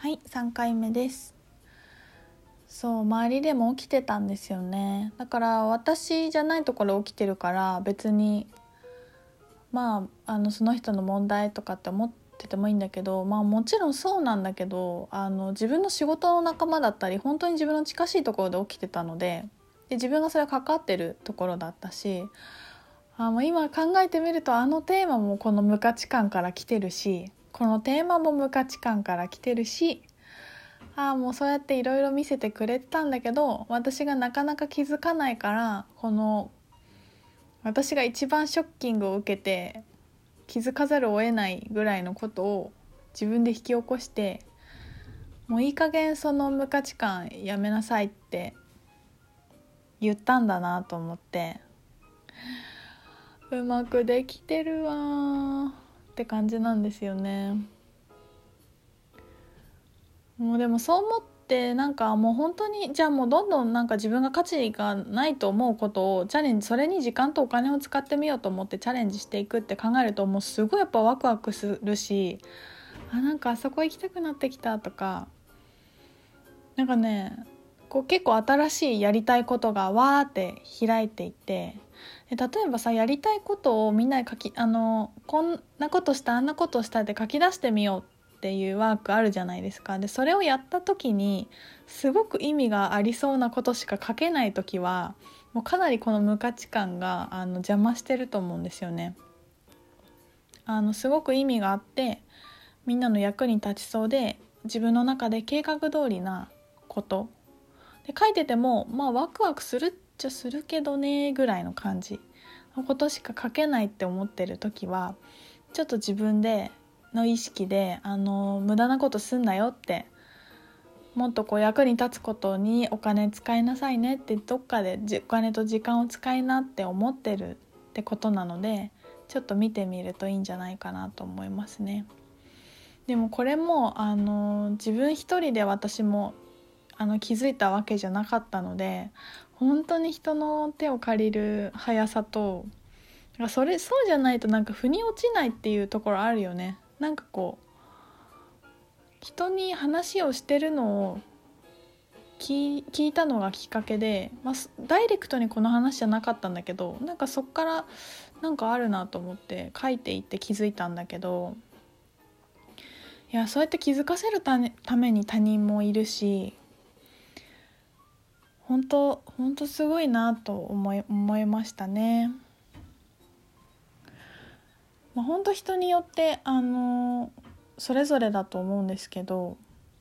はい、3回目です。そう、周りでも起きてたんですよね。だから私じゃないところ起きてるから別にその人の問題とかって思っててもいいんだけど、もちろんそうなんだけど、自分の仕事の仲間だったり本当に自分の近しいところで起きてたので自分がそれ関わってるところだったし、もう今考えてみるとあのテーマもこの無価値観から来てるし、このテーマも無価値観から来てるし、もうそうやっていろいろ見せてくれてたんだけど、私がなかなか気づかないから、この私が一番ショッキングを受けて気づかざるを得ないぐらいのことを自分で引き起こして、もういい加減その無価値観やめなさいって言ったんだなと思って、うまくできてるわって感じなんですよね。もうでもそう思って、もう本当にじゃあもうどんどん自分が価値がないと思うことをチャレンジ、それに時間とお金を使ってみようと思ってチャレンジしていくって考えると、もうすごいやっぱワクワクするし、あそこ行きたくなってきたとか、こう結構新しいやりたいことがわーって開いていて、例えばさ、やりたいことをみんなでこんなことしたあんなことしたって書き出してみようっていうワークあるじゃないですか。でそれをやった時にすごく意味がありそうなことしか書けない時は、もうかなりこの無価値観が邪魔してると思うんですよね。すごく意味があってみんなの役に立ちそうで、自分の中で計画通りなことで書いてても、ワクワクするっちゃするけどねぐらいの感じのことしか書けないって思ってる時は、ちょっと自分での意識で無駄なことすんなよって、もっとこう役に立つことにお金使いなさいねって、どっかでお金と時間を使いなって思ってるってことなので、ちょっと見てみるといいんじゃないかなと思いますね。でもこれも自分一人で私も気づいたわけじゃなかったので、本当に人の手を借りる速さと、そうじゃないと腑に落ちないっていうところあるよね。こう人に話をしてるのを聞いたのがきっかけで、ダイレクトにこの話じゃなかったんだけど、そっからあるなと思って書いていって気づいたんだけど、いや、そうやって気づかせるために他人もいるし、本当すごいなと思いましたね。本当人によってそれぞれだと思うんですけど、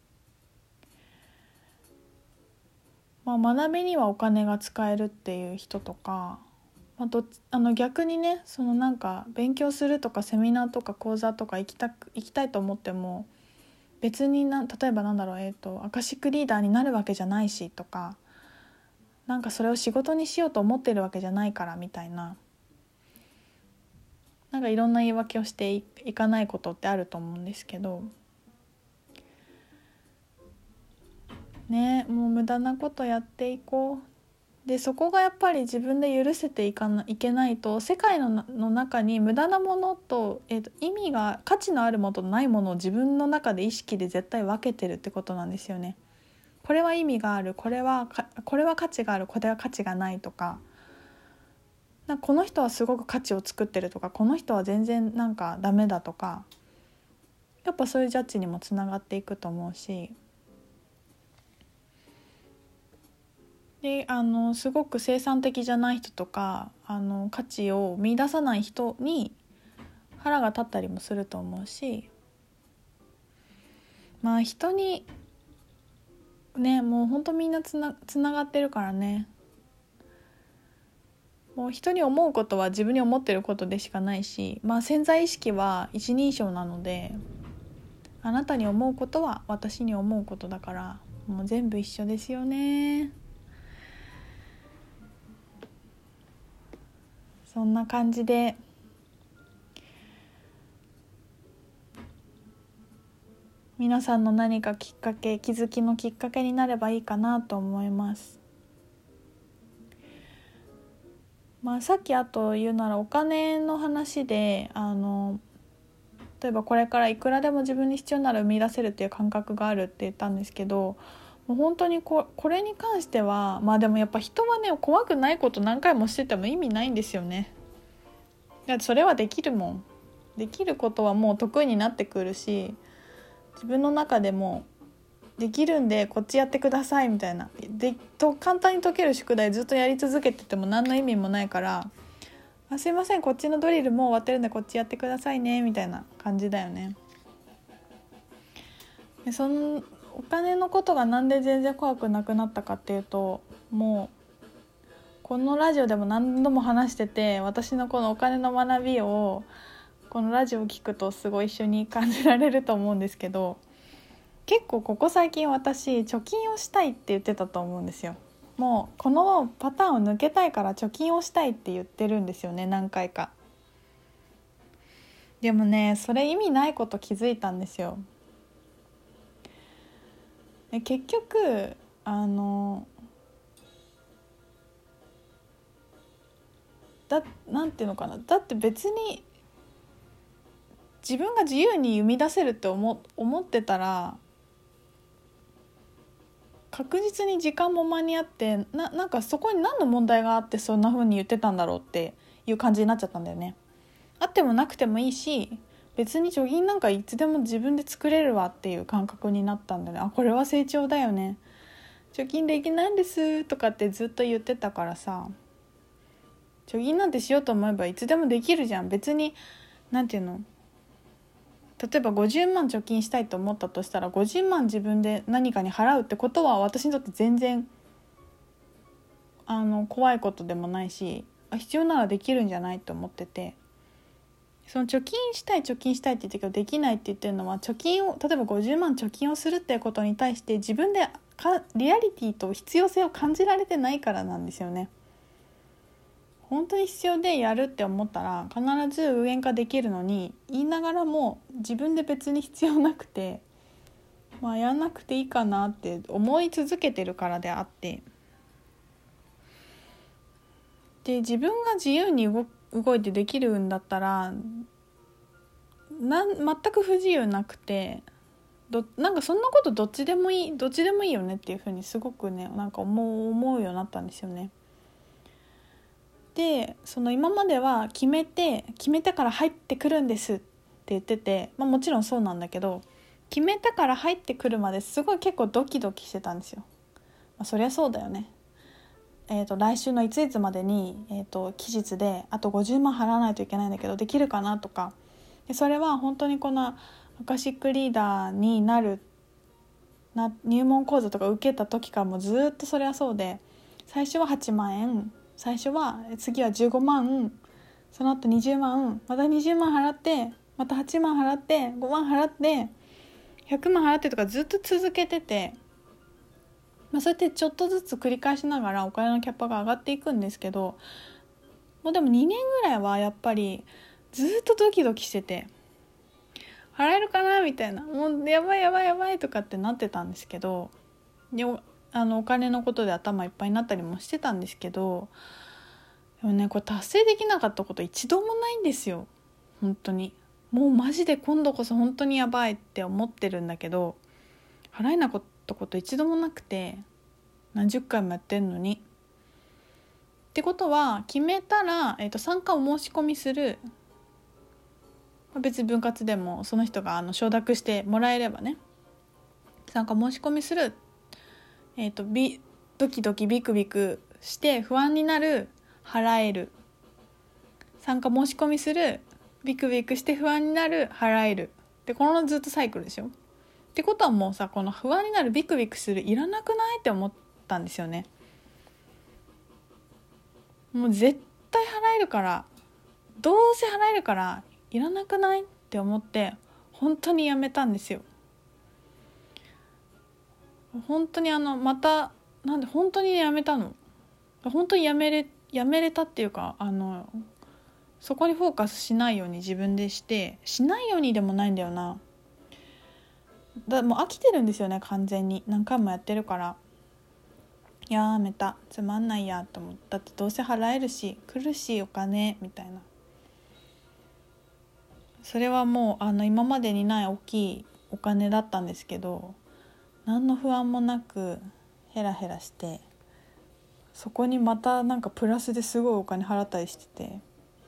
学びにはお金が使えるっていう人とか、逆にね、勉強するとかセミナーとか講座とか行きたいと思っても別に例えばアカシックリーダーになるわけじゃないしとか、それを仕事にしようと思ってるわけじゃないからみたいな、いろんな言い訳をしていかないことってあると思うんですけどね。もう無駄なことやっていこう。でそこがやっぱり自分で許せていけないと、世界の中に無駄なものと、意味が価値のあるものとないものを自分の中で意識で絶対分けてるってことなんですよね。これは意味がある、これは価値がある、これは価値がないとか、この人はすごく価値を作ってるとか、この人は全然ダメだとか、やっぱそういうジャッジにもつながっていくと思うし、ですごく生産的じゃない人とか価値を見出さない人に腹が立ったりもすると思うし、人にね、もう本当みんなつながってるからね。もう人に思うことは自分に思ってることでしかないし、潜在意識は一人称なので、あなたに思うことは私に思うことだから、もう全部一緒ですよね。そんな感じで皆さんの何か気づきのきっかけになればいいかなと思います。さっきあと言うならお金の話で例えばこれからいくらでも自分に必要なら生み出せるっていう感覚があるって言ったんですけど、もう本当にこれに関してはでもやっぱ人はね、怖くないこと何回もしてても意味ないんですよね。だってそれはできるもん。できることはもう得意になってくるし、自分の中でもできるんでこっちやってくださいみたいな簡単に解ける宿題ずっとやり続けてても何の意味もないから、すいませんこっちのドリルもう終わってるんでこっちやってくださいねみたいな感じだよね。でそのお金のことがなんで全然怖くなくなったかっていうと、もうこのラジオでも何度も話してて、私のこのお金の学びをこのラジオを聞くとすごい一緒に感じられると思うんですけど、結構ここ最近私貯金をしたいって言ってたと思うんですよ。もうこのパターンを抜けたいから貯金をしたいって言ってるんですよね、何回か。でもね、それ意味ないこと気づいたんですよ。で結局なんていうのかな、だって別に自分が自由に生み出せるって思ってたら確実に時間も間に合って、なんかそこに何の問題があってそんな風に言ってたんだろうっていう感じになっちゃったんだよね。あってもなくてもいいし、別に貯金なんかいつでも自分で作れるわっていう感覚になったんだよね。これは成長だよね。貯金できないんですとかってずっと言ってたからさ、貯金なんてしようと思えばいつでもできるじゃん。別になんていうの、例えば50万貯金したいと思ったとしたら50万自分で何かに払うってことは私にとって全然怖いことでもないし、必要ならできるんじゃないと思ってて、その貯金したいって言ってるけどできないって言ってるのは、貯金を例えば50万貯金をするっていうことに対して自分でリアリティと必要性を感じられてないからなんですよね。本当に必要でやるって思ったら必ず具現化できるのに、言いながらも自分で別に必要なくて、やんなくていいかなって思い続けてるからであって、で自分が自由に動いてできるんだったら全く不自由なくて、なんかそんなことどっちでもいいよねっていうふうにすごくね、なんか思うようになったんですよね。でその今までは決めてから入ってくるんですって言ってて、もちろんそうなんだけど、決めたから入ってくるまですごい結構ドキドキしてたんですよ。そりゃそうだよね。来週のいついつまでに、期日であと50万払わないといけないんだけどできるかなとか、でそれは本当にこのアカシックリーダーに入門講座とか受けた時からもずっとそれはそうで、最初は8万円、次は15万、その後20万、また20万払って、また8万払って、5万払って、100万払ってとかずっと続けてて、そうやってちょっとずつ繰り返しながらお金のキャパが上がっていくんですけど、もうでも2年ぐらいはやっぱりずっとドキドキしてて、払えるかなみたいな、もうやばいとかってなってたんですけど、お金のことで頭いっぱいになったりもしてたんですけど、でもね、これ達成できなかったこと一度もないんですよ。本当にもうマジで今度こそ本当にやばいって思ってるんだけど、払えなかったこと一度もなくて、何十回もやってんのに。ってことは決めたら、参加を申し込みする、別に分割でもその人が承諾してもらえればね、参加申し込みする、ドキドキビクビクして不安になる、払える、参加申し込みする、ビクビクして不安になる、払えるで、このずっとサイクルでしょ。ってことはもうさ、この不安になるビクビクするいらなくないって思ったんですよね。もう絶対払えるから、どうせ払えるからいらなくないって思って本当にやめたんですよ。本当にまたなんで本当にやめたの。本当にやめれたっていうか、そこにフォーカスしないように自分でしないようにでもないんだよな。もう飽きてるんですよね、完全に。何回もやってるからやめた、つまんないやと思った。だってどうせ払えるし来るしお金みたいな、 それはもう今までにない大きいお金だったんですけど、何の不安もなくヘラヘラして、そこにまたなんかプラスですごいお金払ったりしてて、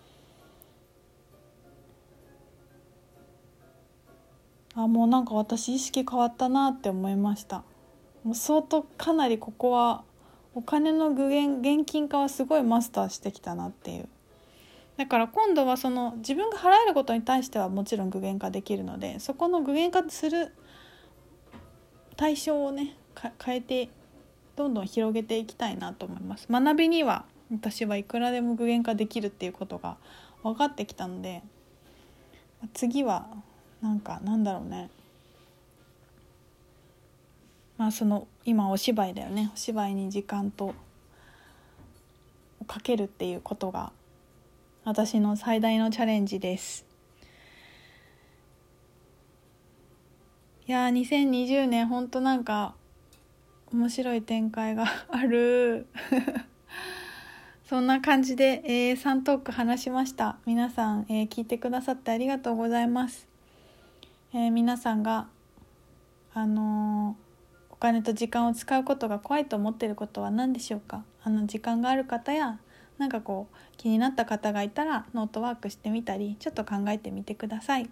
もうなんか私意識変わったなって思いました。もう相当かなりここはお金の現金化はすごいマスターしてきたなっていう。だから今度はその自分が払えることに対してはもちろん具現化できるので、そこの具現化する対象をね変えてどんどん広げていきたいなと思います。学びには私はいくらでも具現化できるっていうことが分かってきたので、次はなんだろうね、その今お芝居だよね、お芝居に時間とかけるっていうことが私の最大のチャレンジです。いやー、2020年ほんとなんか面白い展開があるそんな感じで、サントーク話しました。皆さん、聞いてくださってありがとうございます。皆さんがお金と時間を使うことが怖いと思っていることは何でしょうか。時間がある方やなんかこう気になった方がいたらノートワークしてみたりちょっと考えてみてください。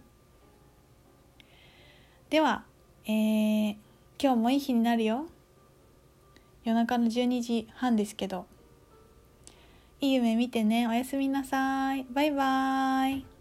では、今日もいい日になるよ。夜中の12時半ですけど、いい夢見てね。おやすみなさい。バイバイ。